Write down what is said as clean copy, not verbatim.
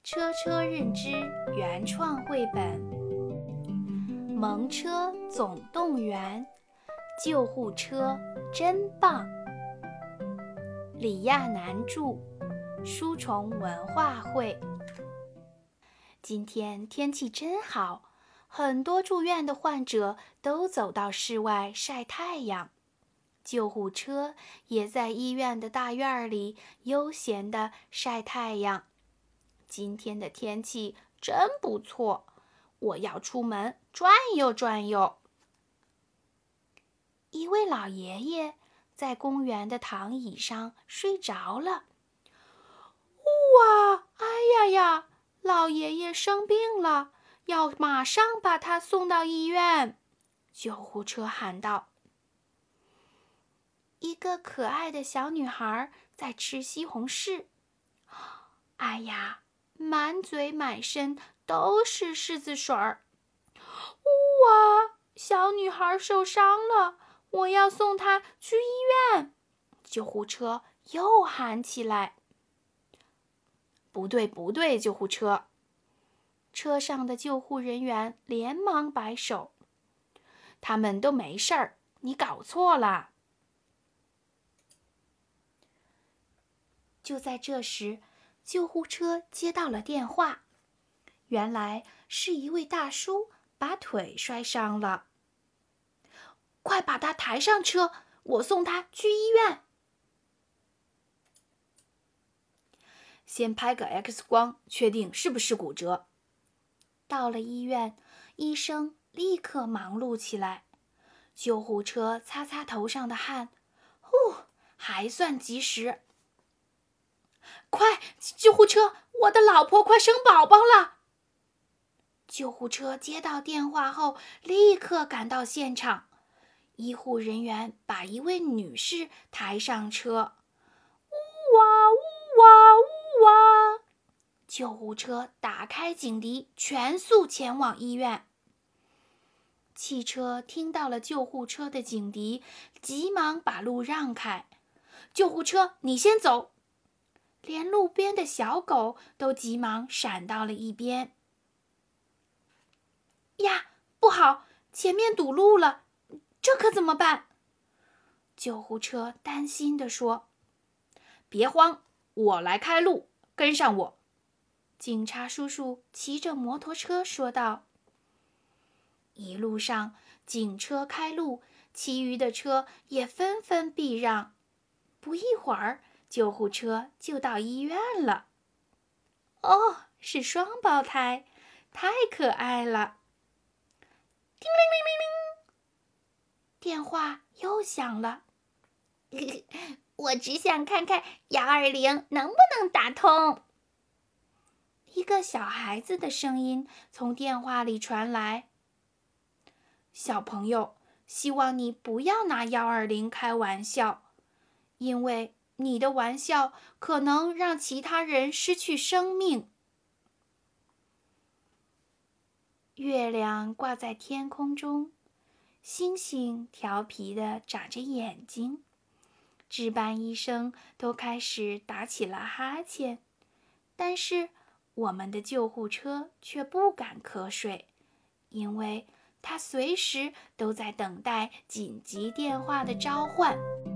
车车认知原创绘本，萌车总动员，救护车真棒。李亚男著，书虫文化会。今天天气真好，很多住院的患者都走到室外晒太阳，救护车也在医院的大院里悠闲地晒太阳。今天的天气真不错，我要出门转悠转悠。一位老爷爷在公园的躺椅上睡着了。哇，哎呀呀，老爷爷生病了，要马上把他送到医院。救护车喊道。一个可爱的小女孩在吃西红柿。哎呀，满嘴满身都是柿子水儿。哇，小女孩受伤了，我要送她去医院。救护车又喊起来。不对不对，救护车！车上的救护人员连忙摆手。他们都没事儿，你搞错了。就在这时，救护车接到了电话，原来是一位大叔把腿摔伤了。快把他抬上车，我送他去医院。先拍个 X 光，确定是不是骨折。到了医院，医生立刻忙碌起来。救护车擦擦头上的汗，还算及时。快，救护车！我的老婆快生宝宝了！救护车接到电话后，立刻赶到现场。医护人员把一位女士抬上车。呜哇呜哇呜哇！救护车打开警笛，全速前往医院。汽车听到了救护车的警笛，急忙把路让开。救护车，你先走！连路边的小狗都急忙闪到了一边。呀，不好，前面堵路了，这可怎么办？救护车担心地说。别慌，我来开路，跟上我。警察叔叔骑着摩托车说道。一路上，警车开路，其余的车也纷纷避让。不一会儿，救护车就到医院了。哦，是双胞胎，太可爱了。叮铃铃铃铃，电话又响了。我只想看看120能不能打通。一个小孩子的声音从电话里传来。小朋友，希望你不要拿120开玩笑，因为你的玩笑可能让其他人失去生命。月亮挂在天空中，星星调皮地眨着眼睛，值班医生都开始打起了哈欠，但是我们的救护车却不敢瞌睡，因为它随时都在等待紧急电话的召唤。